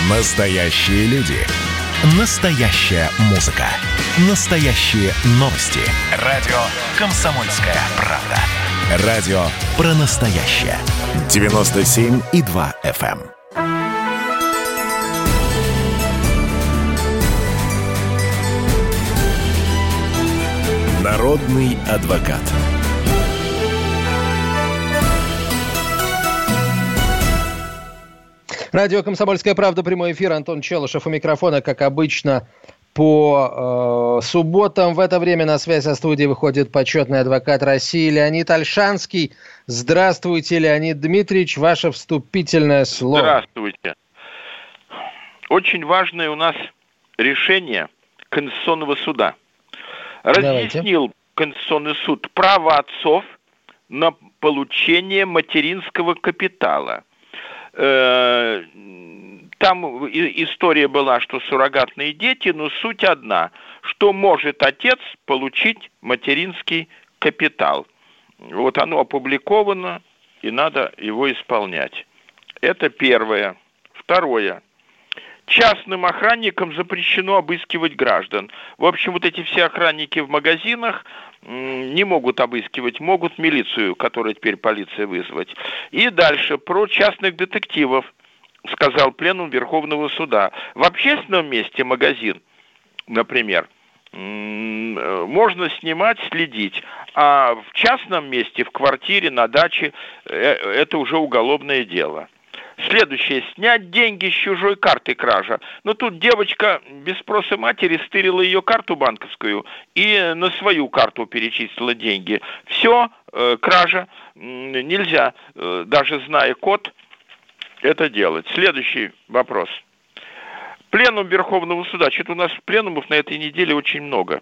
Настоящие люди. Настоящая музыка. Настоящие новости. Радио «Комсомольская правда». Радио про настоящее. 97,2 FM. Народный адвокат. Радио «Комсомольская правда», прямой эфир. Антон Челышев у микрофона, как обычно, по субботам. В это время на связь со студией выходит почетный адвокат России Леонид Ольшанский. Здравствуйте, Леонид Дмитриевич, ваше вступительное слово. Здравствуйте. Очень важное у нас решение Конституционного суда. Разъяснил Конституционный суд право отцов на получение материнского капитала. Там история была, что суррогатные дети, но суть одна, что может отец получить материнский капитал. Вот оно опубликовано, и надо его исполнять. Это первое. Второе. Частным охранникам запрещено обыскивать граждан. В общем, вот эти все охранники в магазинах не могут обыскивать, могут милицию, которую теперь полиция вызвать. И дальше про частных детективов, сказал пленум Верховного суда. В общественном месте магазин, например, можно снимать, следить, а в частном месте, в квартире, на даче, это уже уголовное дело. Следующее. Снять деньги с чужой карты кража. Но тут девочка без спроса матери стырила ее карту банковскую и на свою карту перечислила деньги. Все, кража. Нельзя, даже зная код, это делать. Следующий вопрос. Пленум Верховного суда. Что-то у нас пленумов на этой неделе очень много.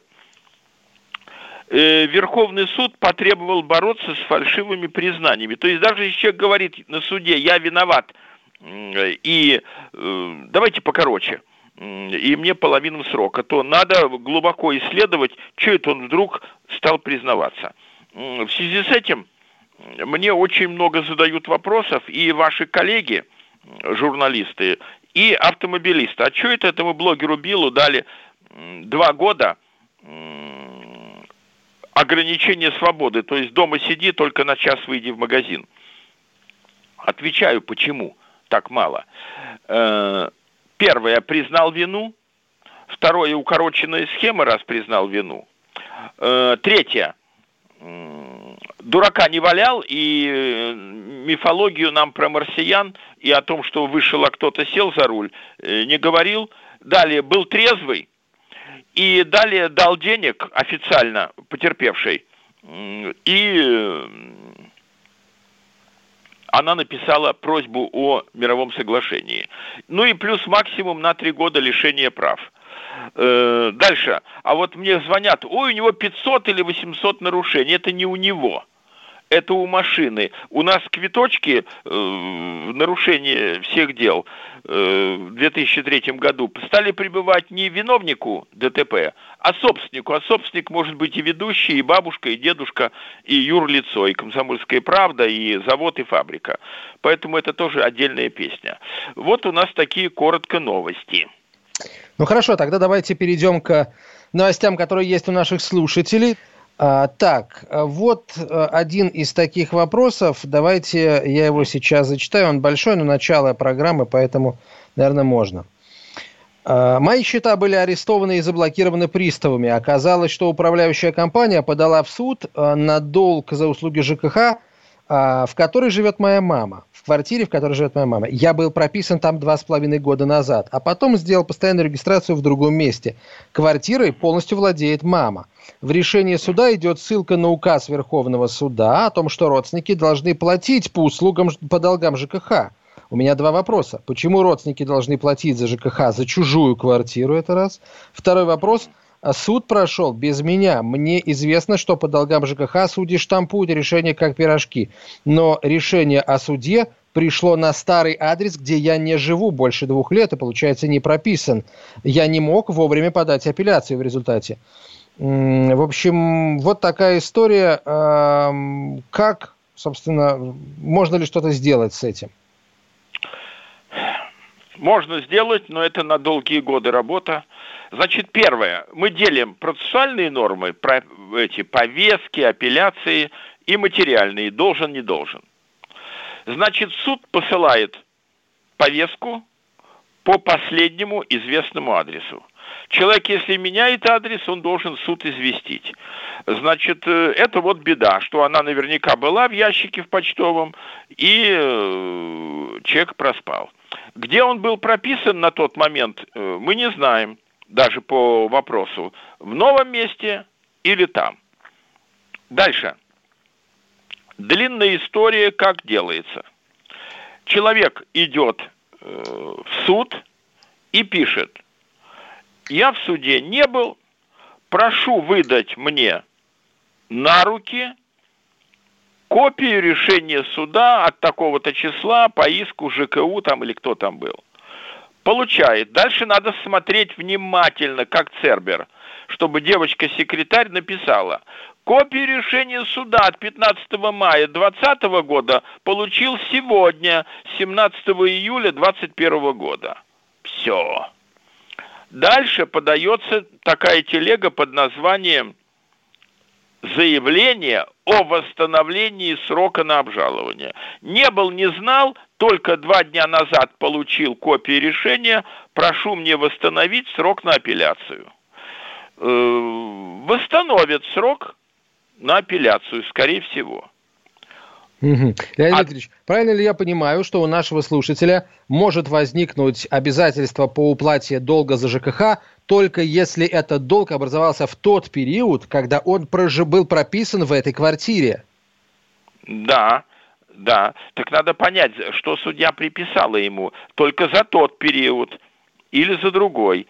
Верховный суд потребовал бороться с фальшивыми признаниями. То есть даже если человек говорит на суде: я виноват, и давайте покороче, и мне половину срока, то надо глубоко исследовать, что это он вдруг стал признаваться. В связи с этим мне очень много задают вопросов, и ваши коллеги, журналисты, и автомобилисты. А что это этому блогеру Биллу дали 2 года ограничение свободы, то есть дома сиди, только на час выйди в магазин? Отвечаю, почему так мало. Первое, признал вину. Второе, укороченная схема, раз признал вину. Третье, дурака не валял, и мифологию нам про марсиан и о том, что вышел, а кто-то сел за руль, не говорил. Далее, был трезвый. И далее дал денег официально потерпевшей. И она написала просьбу о мировом соглашении. Ну и плюс максимум на 3 года лишения прав. Дальше. А вот мне звонят: ой, у него 500 или 800 нарушений. Это не у него. Это у машины. У нас квиточки в нарушение всех дел в 2003 году стали прибывать не виновнику ДТП, а собственнику. А собственник может быть и ведущий, и бабушка, и дедушка, и юрлицо, и «Комсомольская правда», и завод, и фабрика. Поэтому это тоже отдельная песня. Вот у нас такие коротко новости. Ну хорошо, тогда давайте перейдем к новостям, которые есть у наших слушателей. Так, вот один из таких вопросов. Давайте я его сейчас зачитаю. Он большой, но начало программы, поэтому, наверное, можно. Мои счета были арестованы и заблокированы приставами. Оказалось, что управляющая компания подала в суд на долг за услуги ЖКХ, в которой живет моя мама. В квартире, в которой живет моя мама. Я был прописан там 2,5 года назад, а потом сделал постоянную регистрацию в другом месте. Квартирой полностью владеет мама. В решении суда идет ссылка на указ Верховного суда о том, что родственники должны платить по услугам, по долгам ЖКХ. У меня 2 вопроса. Почему родственники должны платить за ЖКХ за чужую квартиру? Это раз. Второй вопрос. Суд прошел без меня. Мне известно, что по долгам ЖКХ судьи штампуют решения как пирожки. Но решение о суде пришло на старый адрес, где я не живу больше 2 лет и, получается, не прописан. Я не мог вовремя подать апелляцию в результате. В общем, вот такая история. Как, собственно, можно ли что-то сделать с этим? Можно сделать, но это на долгие годы работа. Значит, первое. Мы делим процессуальные нормы, эти повестки, апелляции и материальные, должен, не должен. Значит, суд посылает повестку по последнему известному адресу. Человек, если меняет адрес, он должен суд известить. Значит, это вот беда, что она наверняка была в ящике в почтовом, и человек проспал. Где он был прописан на тот момент, мы не знаем, даже по вопросу, в новом месте или там. Дальше. Длинная история, как делается. Человек идет в суд и пишет: я в суде не был, прошу выдать мне на руки копию решения суда от такого-то числа по иску ЖКУ там или кто там был. Получает. Дальше надо смотреть внимательно, как Цербер, чтобы девочка-секретарь написала: копию решения суда от 15 мая 2020 года получил сегодня, 17 июля 2021 года. Все. Дальше подается такая телега под названием «Заявление о восстановлении срока на обжалование». Не был, не знал, только 2 дня назад получил копию решения, прошу мне восстановить срок на апелляцию. Восстановят срок на апелляцию, скорее всего. Леонид Викторович, правильно ли я понимаю, что у нашего слушателя может возникнуть обязательство по уплате долга за ЖКХ, только если этот долг образовался в тот период, когда он был прописан в этой квартире? Да. Так надо понять, что судья приписала ему только за тот период или за другой.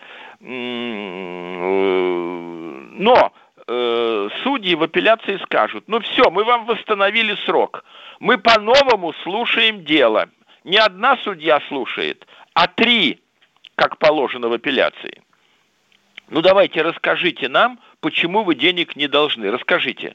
Но судьи в апелляции скажут: ну все, мы вам восстановили срок, мы по-новому слушаем дело. Не одна судья слушает, а 3, как положено в апелляции. Ну давайте расскажите нам, почему вы денег не должны. Расскажите.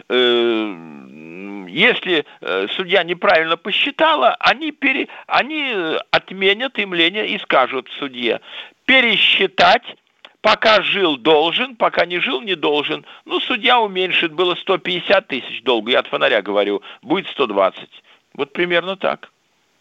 Если судья неправильно посчитала, они отменят имление и скажут судье: пересчитать. Пока жил, должен, пока не жил, не должен. Ну, судья уменьшит, было 150 тысяч долга, я от фонаря говорю, будет 120. Вот примерно так.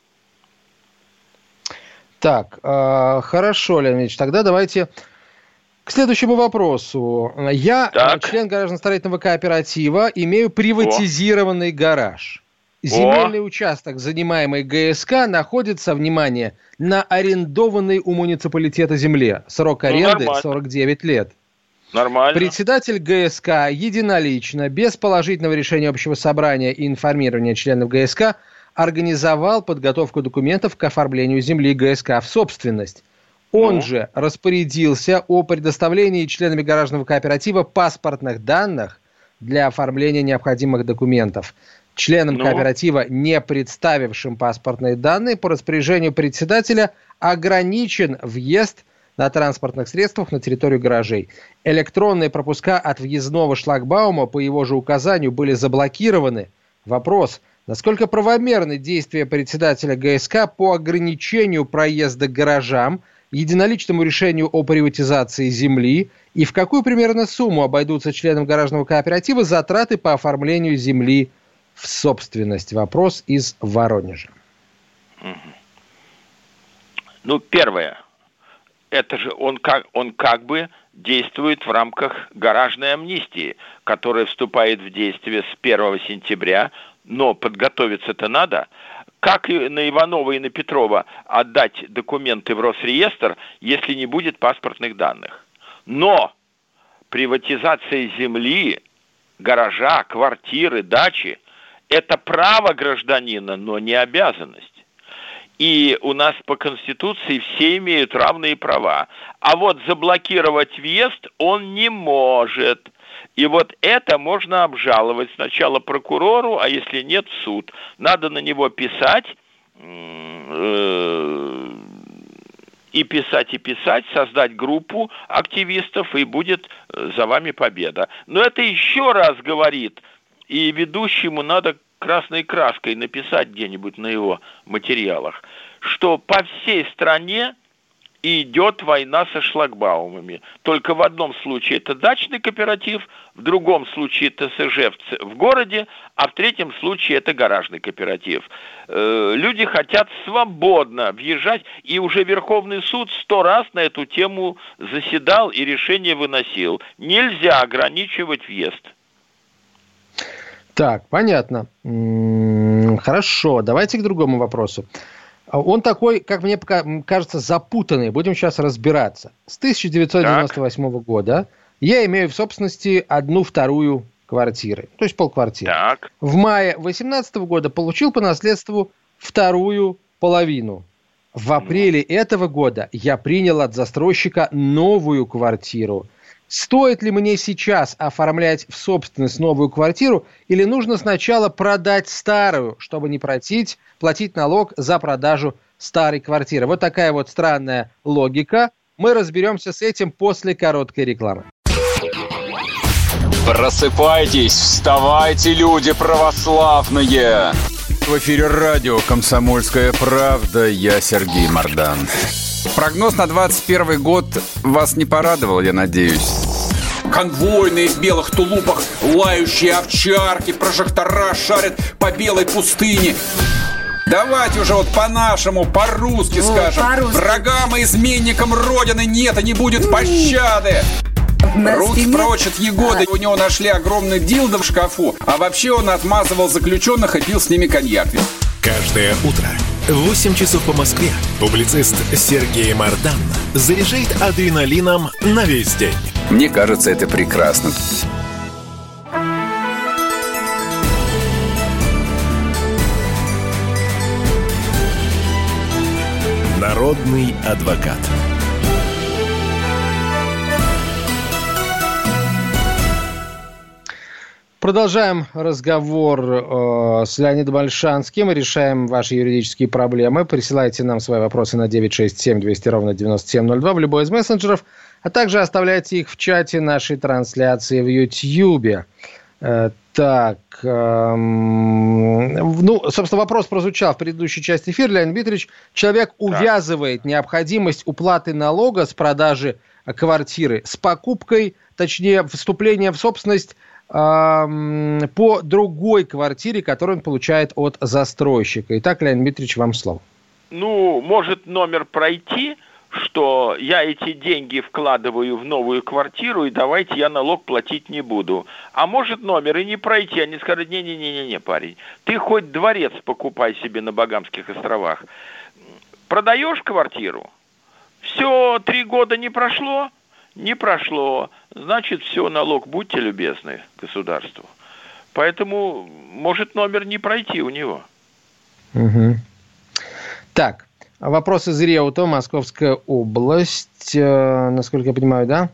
Так, хорошо, Леонид Ильич, тогда давайте к следующему вопросу. Я, член гаражно-строительного кооператива, имею приватизированный гараж. Земельный участок, занимаемый ГСК, находится, внимание, на арендованной у муниципалитета земле. Срок аренды 49 лет. Нормально. Председатель ГСК единолично, без положительного решения общего собрания и информирования членов ГСК, организовал подготовку документов к оформлению земли ГСК в собственность. Он же распорядился о предоставлении членами гаражного кооператива паспортных данных для оформления необходимых документов. Членам кооператива, не представившим паспортные данные, по распоряжению председателя ограничен въезд на транспортных средствах на территорию гаражей. Электронные пропуска от въездного шлагбаума по его же указанию были заблокированы. Вопрос: насколько правомерны действия председателя ГСК по ограничению проезда к гаражам, единоличному решению о приватизации земли, и в какую примерно сумму обойдутся членам гаражного кооператива затраты по оформлению земли в собственность? Вопрос из Воронежа. Ну, первое. Это же он как бы действует в рамках гаражной амнистии, которая вступает в действие с 1 сентября, но подготовиться-то надо. Как и на Иванова и на Петрова отдать документы в Росреестр, если не будет паспортных данных? Но приватизация земли, гаража, квартиры, дачи – это право гражданина, но не обязанность. И у нас по Конституции все имеют равные права. А вот заблокировать въезд он не может. И вот это можно обжаловать сначала прокурору, а если нет, в суд. Надо на него писать, и писать, создать группу активистов, и будет за вами победа. Но это еще раз говорит, и ведущему надо красной краской написать где-нибудь на его материалах, что по всей стране идет война со шлагбаумами. Только в одном случае это дачный кооператив, в другом случае это ТСЖ в городе, а в третьем случае это гаражный кооператив. Люди хотят свободно въезжать, и уже Верховный суд 100 раз на эту тему заседал и решение выносил. Нельзя ограничивать въезд. Так, понятно. Хорошо, давайте к другому вопросу. Он такой, как мне кажется, запутанный. Будем сейчас разбираться. С 1998 года я имею в собственности 1/2 квартиры, то есть полквартиры. Так. В мае 2018 года получил по наследству 2/2 половину. В апреле этого года я принял от застройщика новую квартиру. Стоит ли мне сейчас оформлять в собственность новую квартиру или нужно сначала продать старую, чтобы не платить налог за продажу старой квартиры? Вот такая вот странная логика. Мы разберемся с этим после короткой рекламы. Просыпайтесь, вставайте, люди православные! В эфире радио «Комсомольская правда». Я Сергей Мордан. Прогноз на 2021 год вас не порадовал, я надеюсь. Конвойные в белых тулупах, лающие овчарки, прожектора шарят по белой пустыне. Давайте уже вот по-нашему, по-русски скажем. По-русски. Врагам и изменникам Родины нет и не будет пощады. Руки прочь от Егоды. У него нашли огромный дилдо в шкафу. А вообще он отмазывал заключенных и пил с ними коньяк. Каждое утро в 8 часов по Москве публицист Сергей Мордан заряжает адреналином на весь день. Мне кажется, это прекрасно. Народный адвокат. Продолжаем разговор с Леонидом Ольшанским. Решаем ваши юридические проблемы. Присылайте нам свои вопросы на 967 200 ровно 9702 в любой из мессенджеров, а также оставляйте их в чате нашей трансляции в YouTube. Собственно, вопрос прозвучал в предыдущей части эфира. Леонид Дмитриевич, человек увязывает необходимость уплаты налога с продажи квартиры с покупкой, точнее, вступлением в собственность по другой квартире, которую он получает от застройщика. Итак, Леонид Дмитриевич, вам слово. Может номер пройти, что я эти деньги вкладываю в новую квартиру, и давайте я налог платить не буду. А может номер и не пройти, они скажут, не, парень, ты хоть дворец покупай себе на Багамских островах. Продаешь квартиру, все, 3 года не прошло, значит, все, налог, будьте любезны государству. Поэтому может номер не пройти у него. Угу. Так, вопрос из Реута, Московская область, насколько я понимаю, да?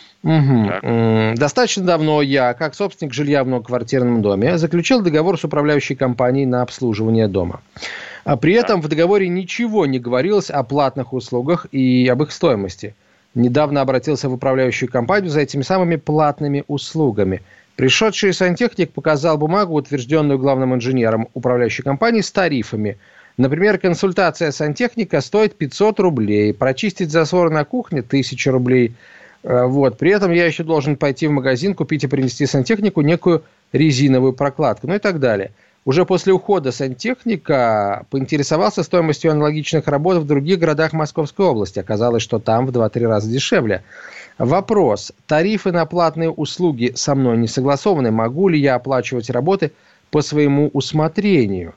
Угу. Достаточно давно я, как собственник жилья в многоквартирном доме, заключил договор с управляющей компанией на обслуживание дома. А при этом в договоре ничего не говорилось о платных услугах и об их стоимости. Недавно обратился в управляющую компанию за этими самыми платными услугами. Пришедший сантехник показал бумагу, утвержденную главным инженером управляющей компании, с тарифами. Например, консультация сантехника стоит 500 рублей, прочистить засор на кухне 1000 рублей. При этом я еще должен пойти в магазин, купить и принести сантехнику некую резиновую прокладку, и так далее. Уже после ухода сантехника поинтересовался стоимостью аналогичных работ в других городах Московской области. Оказалось, что там в 2-3 раза дешевле. Вопрос. Тарифы на платные услуги со мной не согласованы. Могу ли я оплачивать работы по своему усмотрению?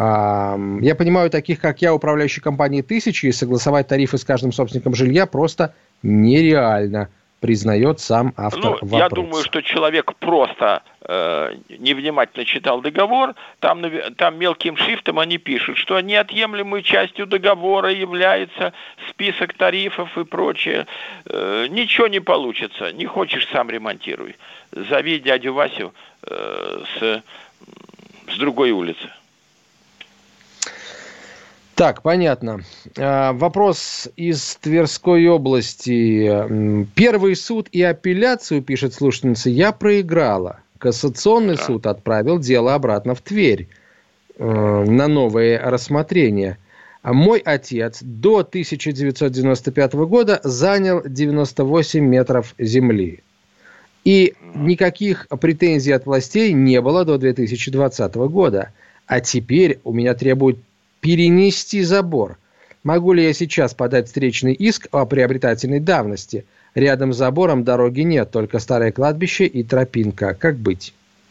Я понимаю, таких, как я, управляющей компании тысячи, и согласовать тарифы с каждым собственником жилья просто нереально, признает сам автор вопроса. Я думаю, что человек просто невнимательно читал договор. Там мелким шрифтом они пишут, что неотъемлемой частью договора является список тарифов и прочее. Ничего не получится. Не хочешь, сам ремонтируй. Зови дядю Васю с другой улицы. Так, понятно. Вопрос из Тверской области. Первый суд и апелляцию, пишет слушательница, я проиграла. Кассационный суд отправил дело обратно в Тверь на новое рассмотрение. Мой отец до 1995 года занял 98 метров земли. И никаких претензий от властей не было до 2020 года. А теперь у меня требуют перенести забор. Могу ли я сейчас подать встречный иск о приобретательной давности? Рядом с забором дороги нет, только старое кладбище и тропинка. Как быть?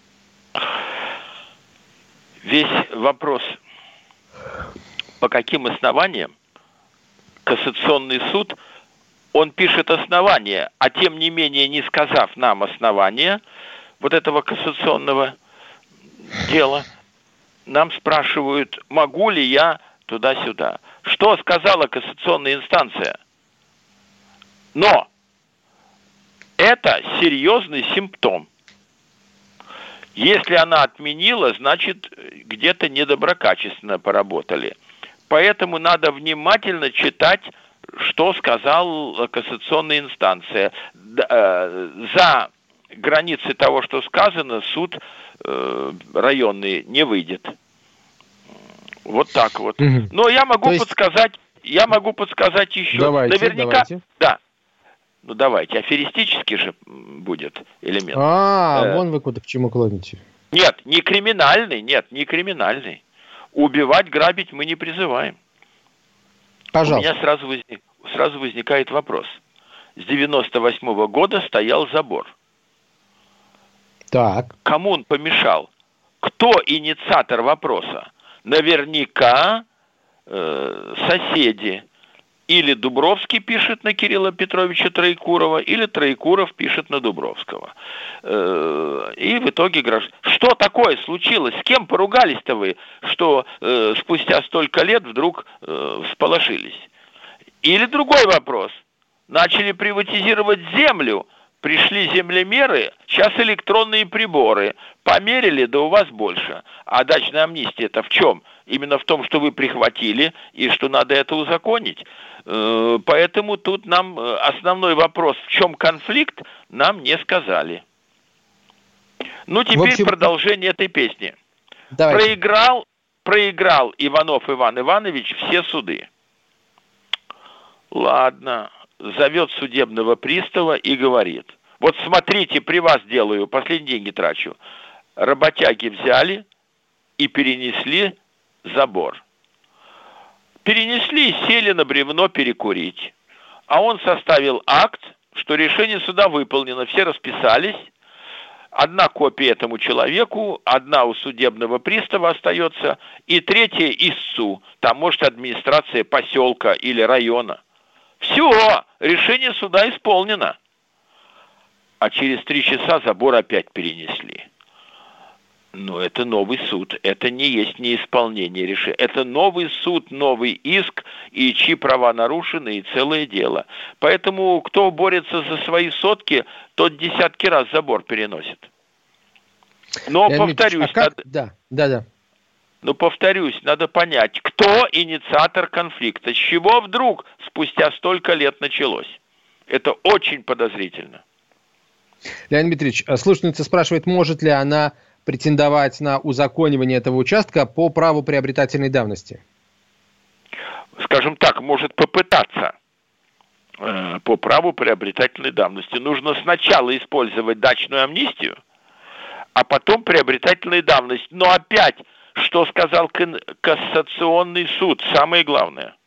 Весь вопрос, по каким основаниям Кассационный суд, он пишет основания, а тем не менее, не сказав нам основания вот этого кассационного дела, нам спрашивают, могу ли я туда-сюда. Что сказала кассационная инстанция? Но это серьезный симптом. Если она отменила, значит, где-то недоброкачественно поработали. Поэтому надо внимательно читать, что сказала кассационная инстанция. За границы того, что сказано, суд районный не выйдет. Вот так вот. Но я могу подсказать еще. Наверняка. Да. Ну давайте, аферистический же будет элемент. Вон вы куда к чему клоните. Нет, не криминальный. Убивать, грабить мы не призываем. Пожалуйста. У меня сразу возникает вопрос. С 98-го года стоял забор. Так. Кому он помешал? Кто инициатор вопроса? Наверняка соседи. Или Дубровский пишет на Кирилла Петровича Троекурова, или Троекуров пишет на Дубровского. И в итоге что такое случилось? С кем поругались-то вы, что спустя столько лет вдруг всполошились? Или другой вопрос. Начали приватизировать землю, пришли землемеры, сейчас электронные приборы. Померили, да у вас больше. А дачная амнистия-то в чем? Именно в том, что вы прихватили, и что надо это узаконить. Поэтому тут нам основной вопрос, в чем конфликт, нам не сказали. Ну, теперь продолжение этой песни. Давайте. Проиграл Иванов Иван Иванович все суды. Ладно, зовет судебного пристава и говорит: вот смотрите, при вас делаю, последние деньги трачу. Работяги взяли и перенесли забор. Перенесли и сели на бревно перекурить. А он составил акт, что решение суда выполнено. Все расписались. Одна копия этому человеку, одна у судебного пристава остается, и третья истцу. Там, может, администрация поселка или района. Все, решение суда исполнено. А через 3 часа забор опять перенесли. Но это новый суд, это не есть неисполнение решения. Это новый суд, новый иск, и чьи права нарушены, и целое дело. Поэтому кто борется за свои сотки, тот десятки раз забор переносит. Но повторюсь, повторюсь, надо понять, кто инициатор конфликта, с чего вдруг спустя столько лет началось. Это очень подозрительно. Леонид Дмитриевич, слушательница спрашивает, может ли она претендовать на узаконивание этого участка по праву приобретательной давности? Скажем так, может попытаться по праву приобретательной давности. Нужно сначала использовать дачную амнистию, а потом приобретательная давность. Но опять, что сказал Кассационный суд, самое главное.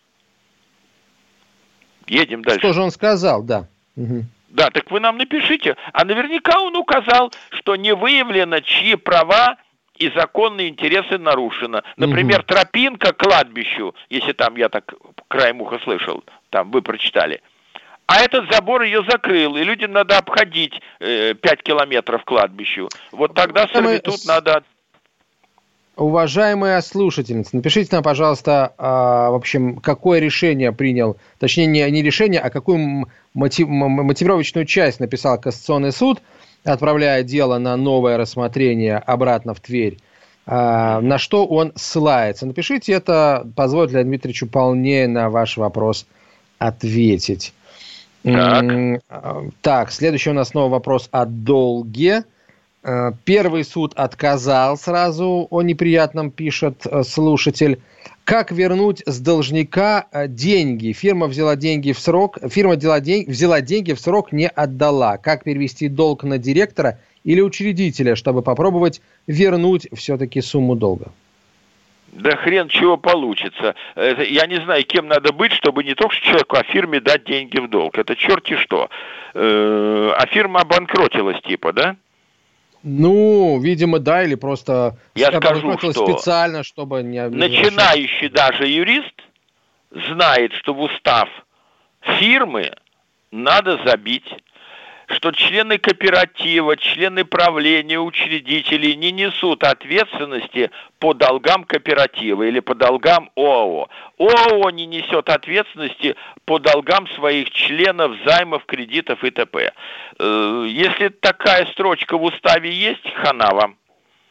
Едем дальше. Что же он сказал, да. Угу. Да, так вы нам напишите. А наверняка он указал, что не выявлено, чьи права и законные интересы нарушены. Например, тропинка к кладбищу, если там, я так краем уха слышал, там вы прочитали. А этот забор ее закрыл, и людям надо обходить 5 километров к кладбищу. Вот тогда сервитут надо... Уважаемая слушательница, напишите нам, пожалуйста, в общем, какое решение принял, точнее, не решение, а какую мотивировочную часть написал Кассационный суд, отправляя дело на новое рассмотрение обратно в Тверь, на что он ссылается. Напишите это, позволит Леониду Дмитриевичу полнее на ваш вопрос ответить. Так, следующий у нас снова вопрос о долге. Первый суд отказал сразу, о неприятном пишет слушатель. Как вернуть с должника деньги? Фирма взяла деньги в срок, взяла деньги в срок, не отдала. Как перевести долг на директора или учредителя, чтобы попробовать вернуть все-таки сумму долга? Да хрен чего получится. Я не знаю, кем надо быть, чтобы не только человеку, а фирме дать деньги в долг. Это черти что. А фирма обанкротилась типа, да? Ну, видимо, да, или просто я скажу, что специально, чтобы не... Начинающий даже юрист знает, что в устав фирмы надо забить, что члены кооператива, члены правления, учредители не несут ответственности по долгам кооператива или по долгам ОАО. ОАО не несет ответственности по долгам своих членов, займов, кредитов и т.п. Если такая строчка в уставе есть, хана вам.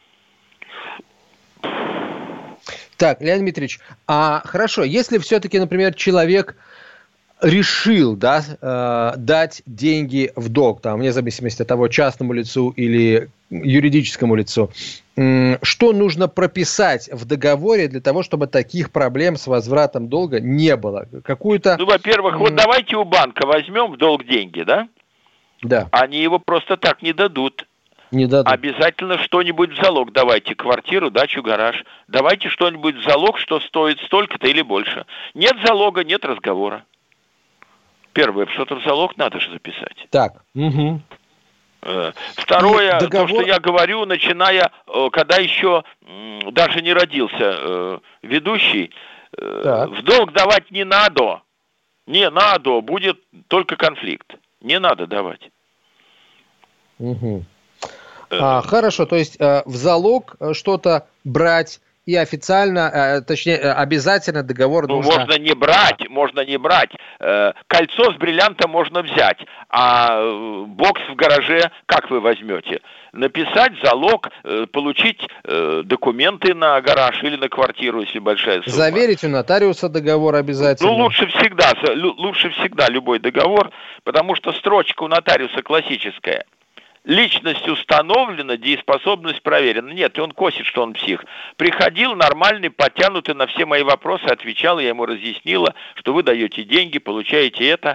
Так, Леонид Дмитриевич, хорошо, если все-таки, например, человек решил, дать деньги в долг, вне зависимости от того, частному лицу или юридическому лицу, что нужно прописать в договоре для того, чтобы таких проблем с возвратом долга не было? Во-первых, вот давайте у банка возьмем в долг деньги, да? Да. Они его просто так не дадут. Не дадут. Обязательно что-нибудь в залог давайте, квартиру, дачу, гараж. Давайте что-нибудь в залог, что стоит столько-то или больше. Нет залога, нет разговора. Первое, что-то в залог надо же записать. Так. Угу. Второе, то, что я говорю, начиная, когда еще даже не родился ведущий, в долг давать не надо. Не надо, будет только конфликт. Не надо давать. Угу. Хорошо, то есть в залог что-то брать и официально, точнее, обязательно договор нужно... Можно не брать. Кольцо с бриллиантом можно взять, а бокс в гараже как вы возьмете? Написать залог, получить документы на гараж или на квартиру, если большая сумма. Заверить у нотариуса договор обязательно. Лучше всегда любой договор, потому что строчка у нотариуса классическая. Личность установлена, дееспособность проверена. Нет, и он косит, что он псих. Приходил нормальный, подтянутый на все мои вопросы, отвечал, я ему разъяснила, что вы даете деньги, получаете это.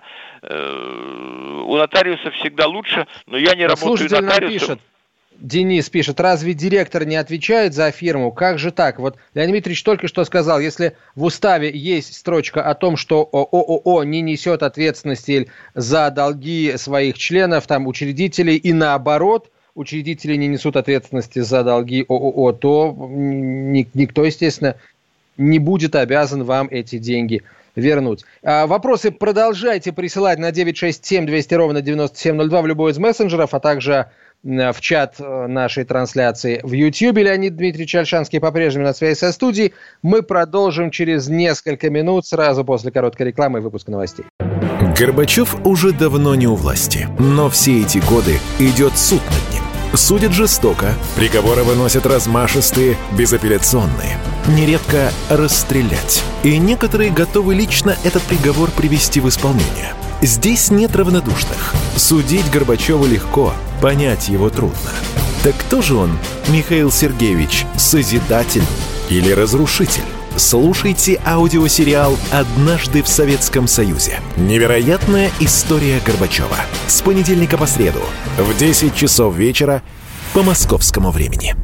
У нотариуса всегда лучше, но я не работаю нотариусом. Денис пишет, разве директор не отвечает за фирму? Как же так? Вот Леонид Дмитриевич только что сказал, если в уставе есть строчка о том, что ООО не несет ответственности за долги своих членов, учредителей, и наоборот, учредители не несут ответственности за долги ООО, то никто, естественно, не будет обязан вам эти деньги вернуть. Вопросы продолжайте присылать на 967-200-97-02 в любой из мессенджеров, а также в чат нашей трансляции в YouTube. Леонид Дмитриевич Ольшанский по-прежнему на связи со студией. Мы продолжим через несколько минут, сразу после короткой рекламы и выпуска новостей. Горбачев уже давно не у власти, но все эти годы идет суд над ним. Судят жестоко, приговоры выносят размашистые, безапелляционные, нередко расстрелять. И некоторые готовы лично этот приговор привести в исполнение. Здесь нет равнодушных. Судить Горбачева легко, понять его трудно. Так кто же он, Михаил Сергеевич, созидатель или разрушитель? Слушайте аудиосериал «Однажды в Советском Союзе». Невероятная история Горбачева. С понедельника по среду в 10 часов вечера по московскому времени.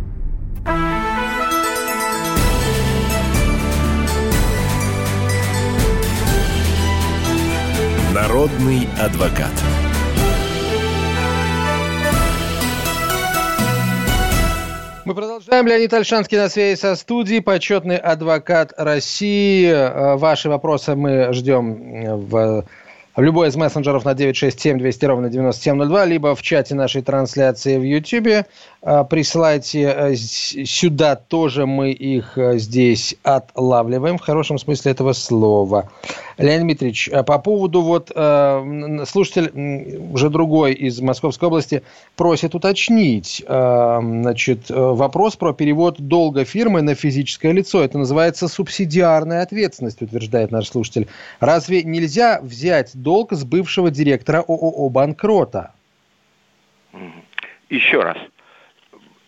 Народный адвокат. Мы продолжаем. Леонид Ольшанский на связи со студией, почетный адвокат России. Ваши вопросы мы ждем в любой из мессенджеров на 967-200-97-02, либо в чате нашей трансляции в YouTube. Присылайте сюда тоже, мы их здесь отлавливаем в хорошем смысле этого слова. Леонид Дмитриевич, по поводу слушатель уже другой из Московской области просит уточнить, вопрос про перевод долга фирмы на физическое лицо. Это называется субсидиарная ответственность, утверждает наш слушатель. Разве нельзя взять долг с бывшего директора ООО банкрота? Еще раз.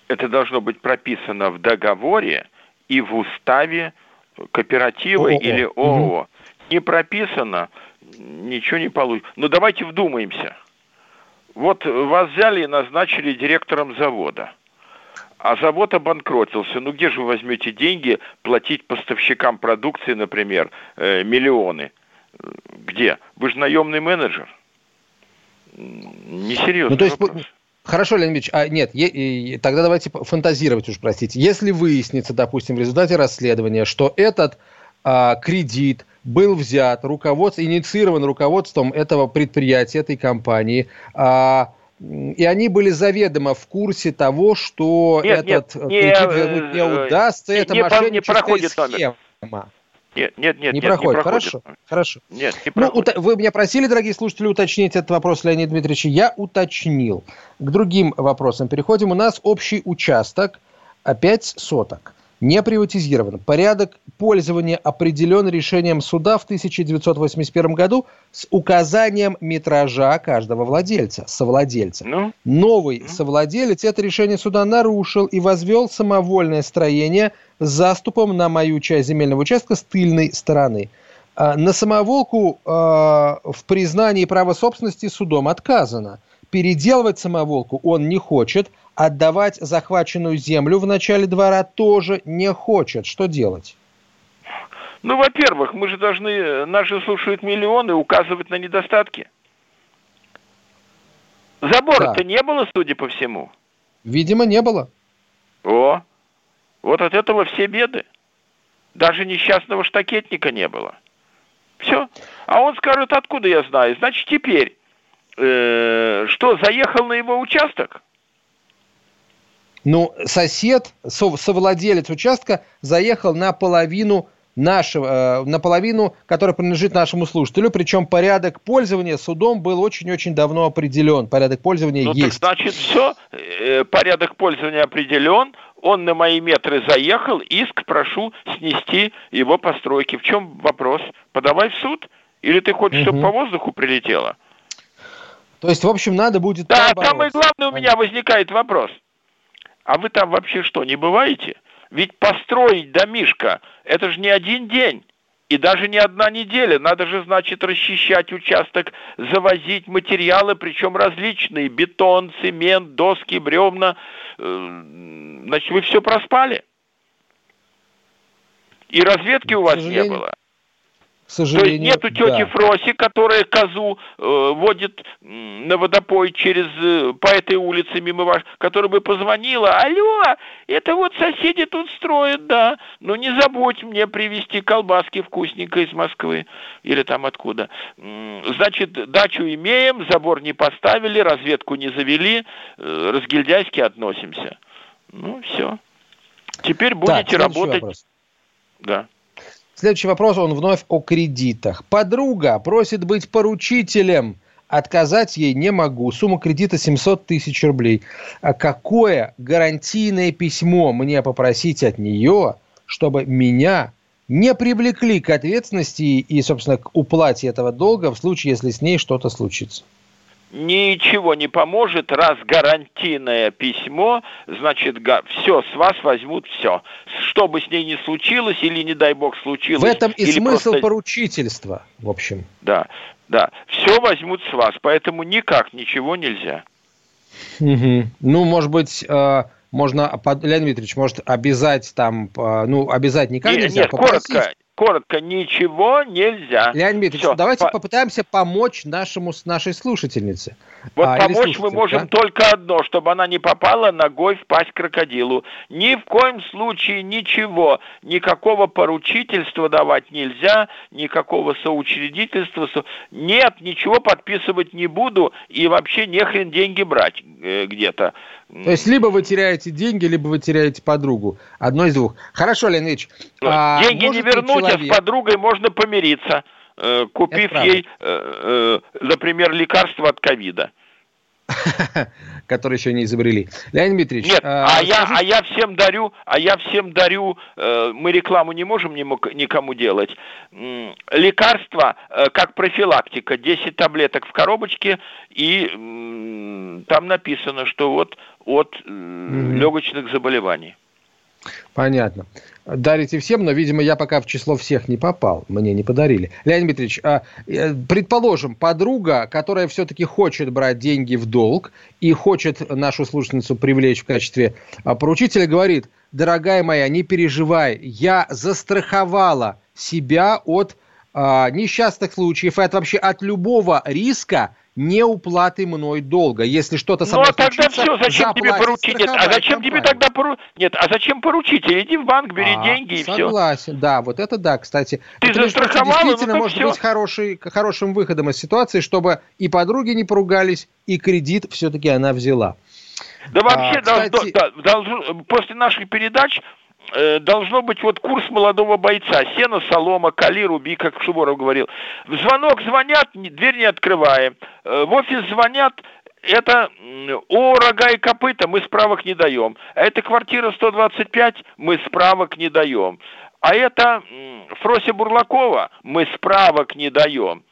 Это должно быть прописано в договоре и в уставе кооператива или ООО. Не прописано, ничего не получится. Ну, давайте вдумаемся. Вот вас взяли и назначили директором завода. А завод обанкротился. Ну, где же вы возьмете деньги платить поставщикам продукции, например, миллионы? Где? Вы же наемный менеджер. Несерьезный вопрос. Хорошо, Леонид Ильич, нет, тогда давайте фантазировать уж, простите. Если выяснится, допустим, в результате расследования, что этот кредит был взят, инициирован руководством этого предприятия, этой компании, и они были заведомо в курсе того, что этот кредит вернуть не удастся, это мошенническая схема. Нет, не проходит. Хорошо. Нет, не проходит. Вы меня просили, дорогие слушатели, уточнить этот вопрос, Леонид Дмитриевич. Я уточнил. К другим вопросам переходим. У нас общий участок 5 соток. Не приватизирован. Порядок пользования определен решением суда в 1981 году с указанием метража каждого совладельца. Новый совладелец это решение суда нарушил и возвел самовольное строение с заступом на мою часть земельного участка с тыльной стороны. На самоволку в признании права собственности судом отказано. Переделывать самоволку он не хочет, отдавать захваченную землю в начале двора тоже не хочет. Что делать? Ну, во-первых, мы же должны, нас же слушают миллионы, указывать на недостатки. Забора-то не было, судя по всему. Видимо, не было. Вот от этого все беды. Даже несчастного штакетника не было. Все. А он скажет, откуда я знаю? Значит, теперь, что, заехал на его участок? Ну, совладелец участка заехал на половину которая принадлежит нашему слушателю, причем порядок пользования судом был очень-очень давно определен. Порядок пользования есть. Так значит, все, порядок пользования определен, он на мои метры заехал, иск прошу снести его постройки. В чем вопрос? Подавай в суд? Или ты хочешь, чтобы по воздуху прилетело? То есть, в общем, надо будет... Да, самое главное у меня возникает вопрос. А вы там вообще что, не бываете? Ведь построить домишко, это же не один день и даже не одна неделя. Надо же, значит, расчищать участок, завозить материалы, причем различные. Бетон, цемент, доски, бревна. Значит, вы все проспали. И разведки у вас не было. К сожалению, то есть нету тети Фроси, которая козу водит на водопой по этой улице мимо вас, которая бы позвонила: алло, это вот соседи тут строят, да, но не забудь мне привезти колбаски вкусненько из Москвы или там откуда. Значит, дачу имеем, забор не поставили, разведку не завели, разгильдяйски относимся. Ну, все. Теперь будете работать. Вопрос. Да. Следующий вопрос, он вновь о кредитах. Подруга просит быть поручителем. Отказать ей не могу. Сумма кредита 700 тысяч рублей. А какое гарантийное письмо мне попросить от нее, чтобы меня не привлекли к ответственности и, собственно, к уплате этого долга в случае, если с ней что-то случится? Ничего не поможет, раз гарантийное письмо, значит, все, с вас возьмут все. Что бы с ней ни случилось, или, не дай бог, случилось... В этом и смысл просто... поручительства, в общем. Да, все возьмут с вас, поэтому никак ничего нельзя. Ну, может быть, можно, Леонид Дмитриевич, может, обязать там, обязать никак нельзя, попросить... Коротко, ничего нельзя. Леонид Дмитриевич, давайте попытаемся помочь нашей слушательнице. Вот помочь мы можем только одно, чтобы она не попала ногой в пасть крокодилу. Ни в коем случае ничего, никакого поручительства давать нельзя, никакого соучредительства. Нет, ничего подписывать не буду и вообще нехрен деньги брать где-то. То есть, либо вы теряете деньги, либо вы теряете подругу. Одно из двух. Хорошо, Леонид Ильич. Деньги не вернуть, а с подругой можно помириться, купив ей, например, лекарство от ковида. который еще не изобрели. Леонид Дмитриевич... Нет, я всем дарю, мы рекламу не можем никому делать. Лекарства, как профилактика, 10 таблеток в коробочке, и там написано, что вот от легочных заболеваний. Понятно. Дарите всем, но, видимо, я пока в число всех не попал. Мне не подарили. Леонид Дмитриевич, предположим, подруга, которая все-таки хочет брать деньги в долг и хочет нашу слушательницу привлечь в качестве поручителя, говорит: дорогая моя, не переживай, я застраховала себя от несчастных случаев и от любого риска неуплаты мной долга. Если что-то со мной случится, тогда все, зачем тебе поручитель? Зачем поручитель? Иди в банк, бери деньги и все. Согласен, да, вот это да, кстати. Ты застраховал, действительно может быть хорошим выходом из ситуации, чтобы и подруги не поругались, и кредит все-таки она взяла. Да вообще, после наших передач должно быть вот курс молодого бойца. Сено, солома, кали, руби, как Шуворов говорил. В звонок звонят, дверь не открываем. В офис звонят, это рога и копыта, мы справок не даем. А это квартира 125, мы справок не даем. А это Фрося Бурлакова, мы справок не даем.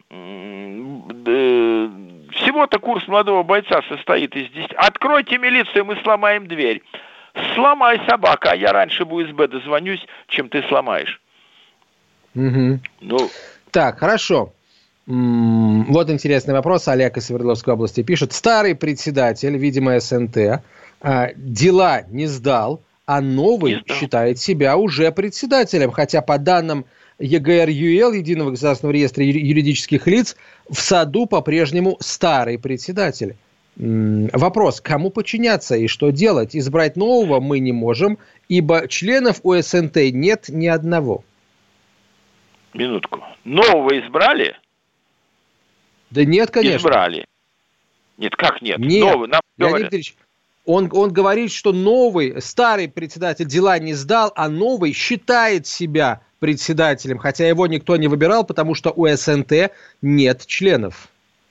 Всего-то курс молодого бойца состоит из 10. Откройте милицию, мы сломаем дверь. Сломай, собака, а я раньше в УСБ дозвонюсь, чем ты сломаешь. Угу. Так, хорошо. Вот интересный вопрос. Олег из Свердловской области пишет. Старый председатель, видимо, СНТ, дела не сдал, а новый считает себя уже председателем. Хотя по данным ЕГР-ЮЛ, Единого государственного реестра юридических лиц, в саду по-прежнему старый председатель. Вопрос, кому подчиняться и что делать? Избрать нового мы не можем, ибо членов у СНТ нет ни одного. Минутку. Нового избрали? Да нет, конечно. Избрали. Нет, как нет? Нет. Новый, нам Леонид Ильич, он говорит, что старый председатель дела не сдал, а новый считает себя председателем, хотя его никто не выбирал, потому что у СНТ нет членов.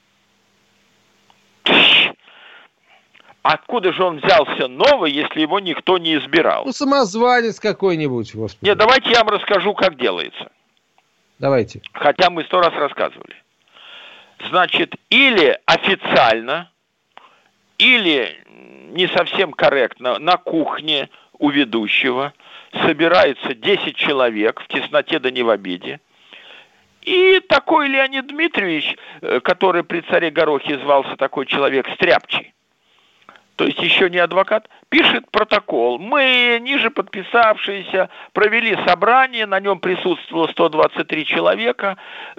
Откуда же он взялся новый, если его никто не избирал? Самозванец какой-нибудь, господи. Нет, давайте я вам расскажу, как делается. Давайте. Хотя мы 100 раз рассказывали. Значит, или официально, или не совсем корректно, на кухне у ведущего собирается 10 человек в тесноте да не в обиде. И такой Леонид Дмитриевич, который при царе Горохе звался такой человек стряпчий, то есть еще не адвокат, пишет протокол. Мы, ниже подписавшиеся, провели собрание, на нем присутствовало 123 человека,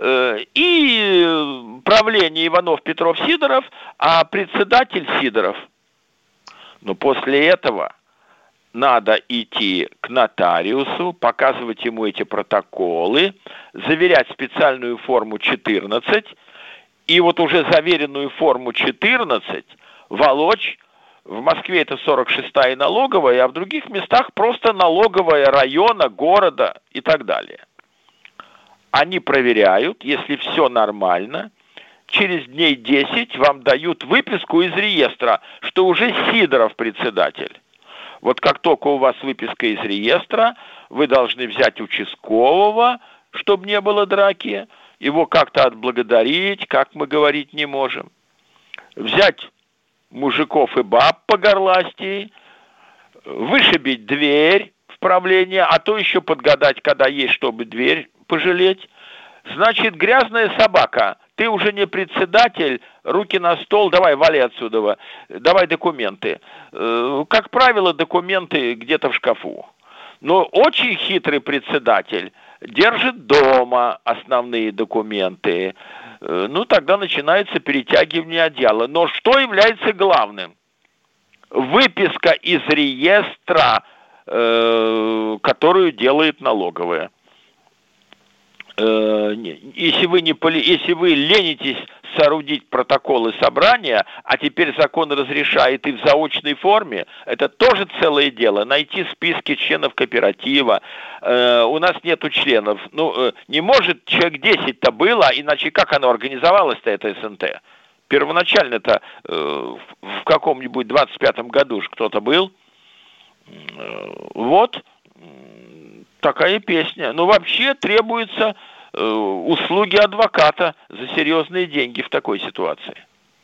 и правление Иванов, Петров, Сидоров, а председатель Сидоров. Но после этого надо идти к нотариусу, показывать ему эти протоколы, заверять специальную форму 14, и вот уже заверенную форму 14 волочь. В Москве это 46-я налоговая, а в других местах просто налоговая района, города и так далее. Они проверяют, если все нормально, через дней 10 вам дают выписку из реестра, что уже Сидоров председатель. Вот как только у вас выписка из реестра, вы должны взять участкового, чтобы не было драки, его как-то отблагодарить, как мы говорить не можем. Взять мужиков и баб по горластии, вышибить дверь в правление, а то еще подгадать, когда есть, чтобы дверь пожалеть. Значит, грязная собака, ты уже не председатель, руки на стол, давай, вали отсюда, давай документы. Как правило, документы где-то в шкафу. Но очень хитрый председатель держит дома основные документы. Тогда начинается перетягивание одеяла. Но что является главным? Выписка из реестра, которую делает налоговая. Если вы ленитесь соорудить протоколы собрания, а теперь закон разрешает и в заочной форме, это тоже целое дело. Найти списки членов кооператива. У нас нету членов. Не может человек 10-то было, иначе как оно организовалось-то, это СНТ? Первоначально-то в каком-нибудь 25-м году же кто-то был. Вот такая песня. Но вообще требуются услуги адвоката за серьезные деньги в такой ситуации.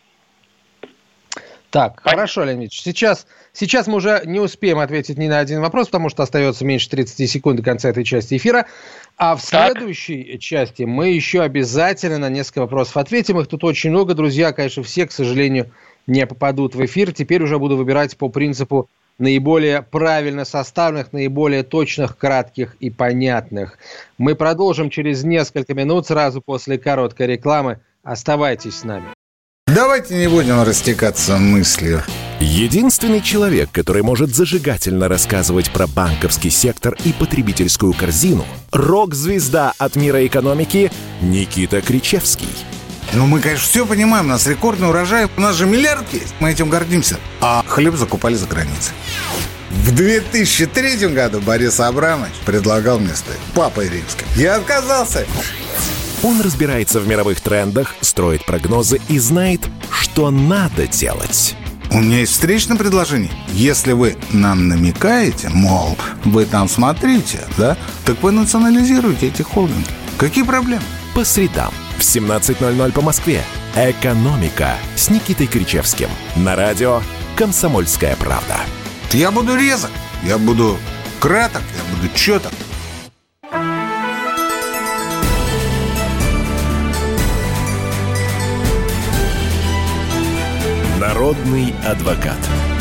Так, хорошо, Леонид Ильич. Сейчас мы уже не успеем ответить ни на один вопрос, потому что остается меньше 30 секунд до конца этой части эфира. А в следующей части мы еще обязательно на несколько вопросов ответим. Их тут очень много, друзья. Конечно, все, к сожалению, не попадут в эфир. Теперь уже буду выбирать по принципу наиболее правильно составленных, наиболее точных, кратких и понятных. Мы продолжим через несколько минут, сразу после короткой рекламы. Оставайтесь с нами. Давайте не будем растекаться мыслью. Единственный человек, который может зажигательно рассказывать про банковский сектор и потребительскую корзину – рок-звезда от мира экономики Никита Кричевский. Ну, мы, конечно, все понимаем, у нас рекордный урожай, у нас же миллиард есть, мы этим гордимся. А хлеб закупали за границей. В 2003 году Борис Абрамович предлагал мне стать папой римским. Я отказался. Он разбирается в мировых трендах, строит прогнозы и знает, что надо делать. У меня есть встречное предложение. Если вы нам намекаете, мол, вы там смотрите, да, так вы национализируете эти холдинги. Какие проблемы? По средам в 17:00 по Москве. «Экономика» с Никитой Кричевским. На радио «Комсомольская правда». Я буду резок, я буду краток, я буду чёток. Народный адвокат.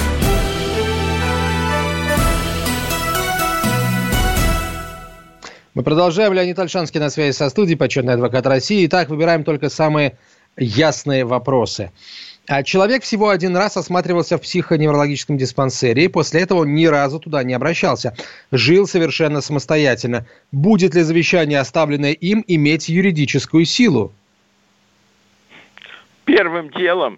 Мы продолжаем. Леонид Ольшанский на связи со студией, почетный адвокат России. Итак, выбираем только самые ясные вопросы. Человек всего один раз осматривался в психоневрологическом диспансере, и после этого ни разу туда не обращался. Жил совершенно самостоятельно. Будет ли завещание, оставленное им, иметь юридическую силу? Первым делом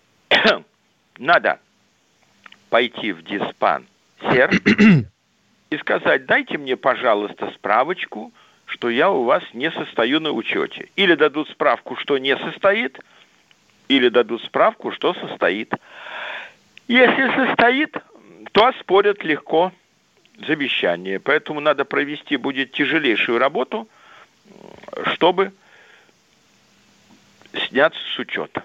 надо пойти в диспансер и сказать: дайте мне, пожалуйста, справочку, что я у вас не состою на учете. Или дадут справку, что не состоит, или дадут справку, что состоит. Если состоит, то оспорят легко завещание. Поэтому надо провести будет тяжелейшую работу, чтобы сняться с учета.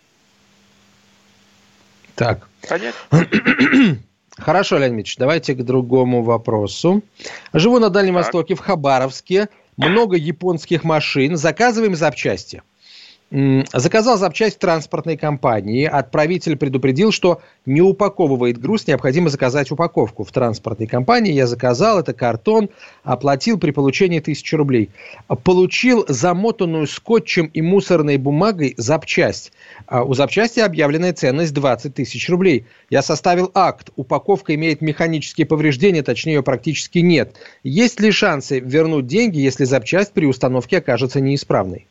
Так. Понятно? Хорошо, Леонид Ильич, давайте к другому вопросу. Живу на Дальнем Востоке, в Хабаровске. Много японских машин. Заказываем запчасти. Заказал запчасть в транспортной компании. Отправитель предупредил, что не упаковывает груз, необходимо заказать упаковку. В транспортной компании я заказал, это картон, оплатил при получении 1000 рублей. Получил замотанную скотчем и мусорной бумагой запчасть. У запчасти объявленная ценность 20 000 рублей. Я составил акт. Упаковка имеет механические повреждения, точнее ее практически нет. Есть ли шансы вернуть деньги, если запчасть при установке окажется неисправной?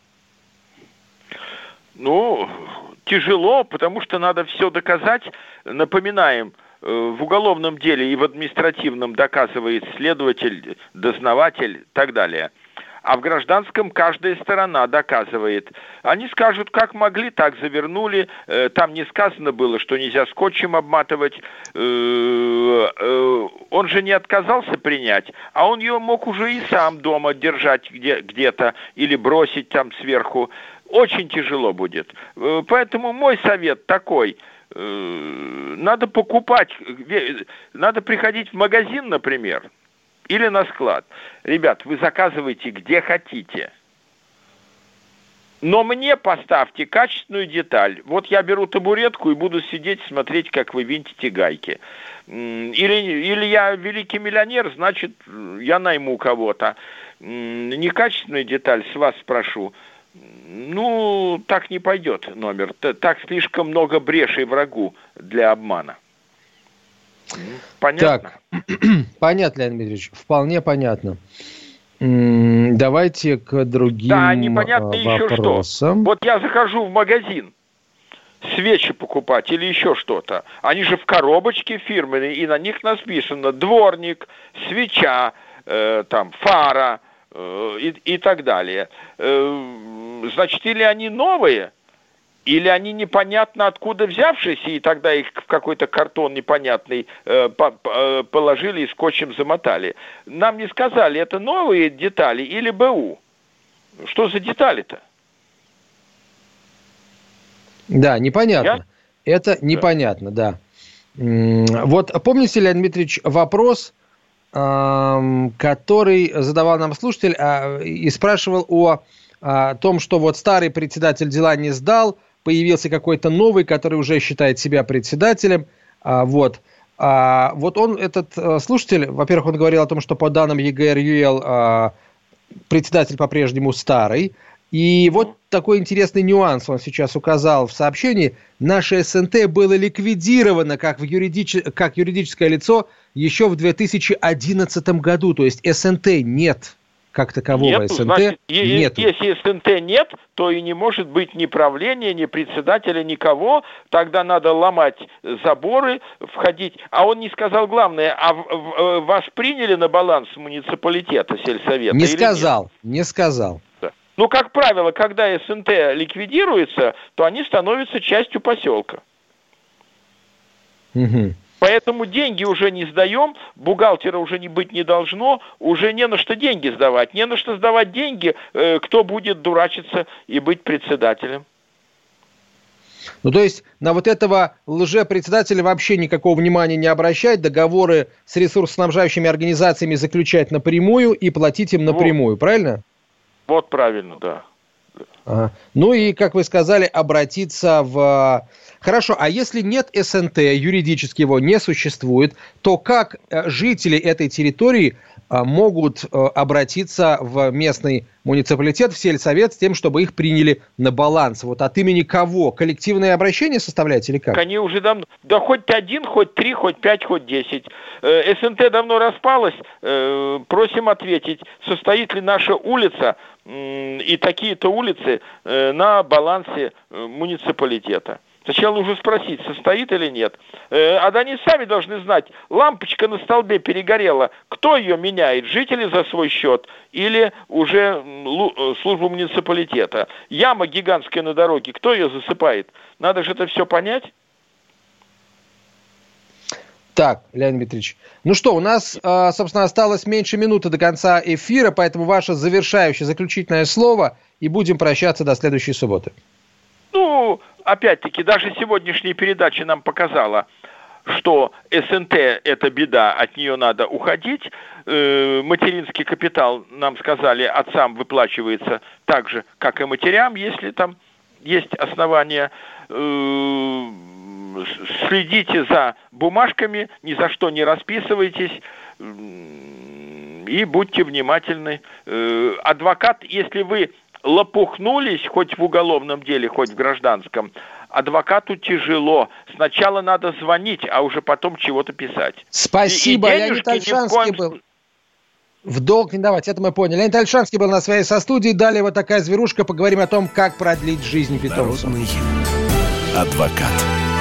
Ну, тяжело, потому что надо все доказать. Напоминаем, в уголовном деле и в административном доказывает следователь, дознаватель и так далее. А в гражданском каждая сторона доказывает. Они скажут, как могли, так завернули. Там не сказано было, что нельзя скотчем обматывать. Он же не отказался принять, а он ее мог уже и сам дома держать где-то или бросить там сверху. Очень тяжело будет. Поэтому мой совет такой. Надо покупать, надо приходить в магазин, например, или на склад. Ребят, вы заказывайте где хотите. Но мне поставьте качественную деталь. Вот я беру табуретку и буду сидеть, смотреть, как вы винтите гайки. Или я великий миллионер, значит, я найму кого-то. Некачественную деталь с вас спрошу. Ну, так не пойдет номер. Так слишком много брешей врагу для обмана. Понятно? Так, понятно, Леонид Дмитриевич, вполне понятно. Давайте к другим да, непонятно еще вопросам. Что. Вот я захожу в магазин свечи покупать или еще что-то. Они же в коробочке фирменные, и на них написано дворник, свеча, там, фара, и так далее. Значит, или они новые, Или они непонятно откуда взявшиеся, и тогда их в какой-то картон непонятный положили и скотчем замотали. Нам не сказали, это новые детали или БУ. Что за детали-то? Да, непонятно. Это непонятно, да. Вот помните, Леонид Дмитриевич, вопрос, который задавал нам слушатель и спрашивал о том, что вот старый председатель дела не сдал, появился какой-то новый, который уже считает себя председателем. Вот он, этот слушатель, во-первых, он говорил о том, что по данным ЕГР-ЮЛ председатель по-прежнему старый. И вот такой интересный нюанс он сейчас указал в сообщении. Наше СНТ было ликвидировано как юридическое лицо еще в 2011 году. То есть СНТ нет. Как такового нет, СНТ значит, нету. Если СНТ нет, то и не может быть ни правления, ни председателя, никого. Тогда надо ломать заборы, входить. А он не сказал главное, вас приняли на баланс муниципалитета, сельсовета? Не сказал. Да. Ну, как правило, когда СНТ ликвидируется, то они становятся частью поселка. Угу. Поэтому деньги уже не сдаем, бухгалтера уже быть не должно, уже не на что деньги сдавать. Не на что сдавать деньги, кто будет дурачиться и быть председателем. Ну, то есть на вот этого лжепредседателя вообще никакого внимания не обращать, договоры с ресурсоснабжающими организациями заключать напрямую и платить им напрямую, правильно? Вот правильно, да. Ага. Ну и, как вы сказали, обратиться в... Хорошо, а если нет СНТ, юридически его не существует, то как жители этой территории могут обратиться в местный муниципалитет, в сельсовет с тем, чтобы их приняли на баланс? Вот от имени кого? Коллективное обращение составляете или как? Они уже давно... Да хоть 1, хоть 3, хоть 5, хоть 10. СНТ давно распалась. Просим ответить, состоит ли наша улица и такие-то улицы на балансе муниципалитета. Сначала нужно спросить, состоит или нет. А они сами должны знать, лампочка на столбе перегорела, кто ее меняет, жители за свой счет или уже служба муниципалитета. Яма гигантская на дороге, кто ее засыпает? Надо же это все понять. Так, Леонид Дмитриевич, ну что, у нас, собственно, осталось меньше минуты до конца эфира, поэтому ваше завершающее, заключительное слово, и будем прощаться до следующей субботы. Ну, опять-таки, даже сегодняшняя передача нам показала, что СНТ – это беда, от нее надо уходить. Материнский капитал, нам сказали, отцам выплачивается так же, как и матерям, если там есть основания. Следите за бумажками, ни за что не расписывайтесь и будьте внимательны. Адвокат, если вы лопухнулись хоть в уголовном деле, хоть в гражданском, адвокату тяжело. Сначала надо звонить, а уже потом чего-то писать. Спасибо, Леонид Ольшанский был. В долг не давать, это мы поняли. Леонид Ольшанский был на связи со студией. Далее вот такая зверушка. Поговорим о том, как продлить жизнь питомцу. Народный адвокат.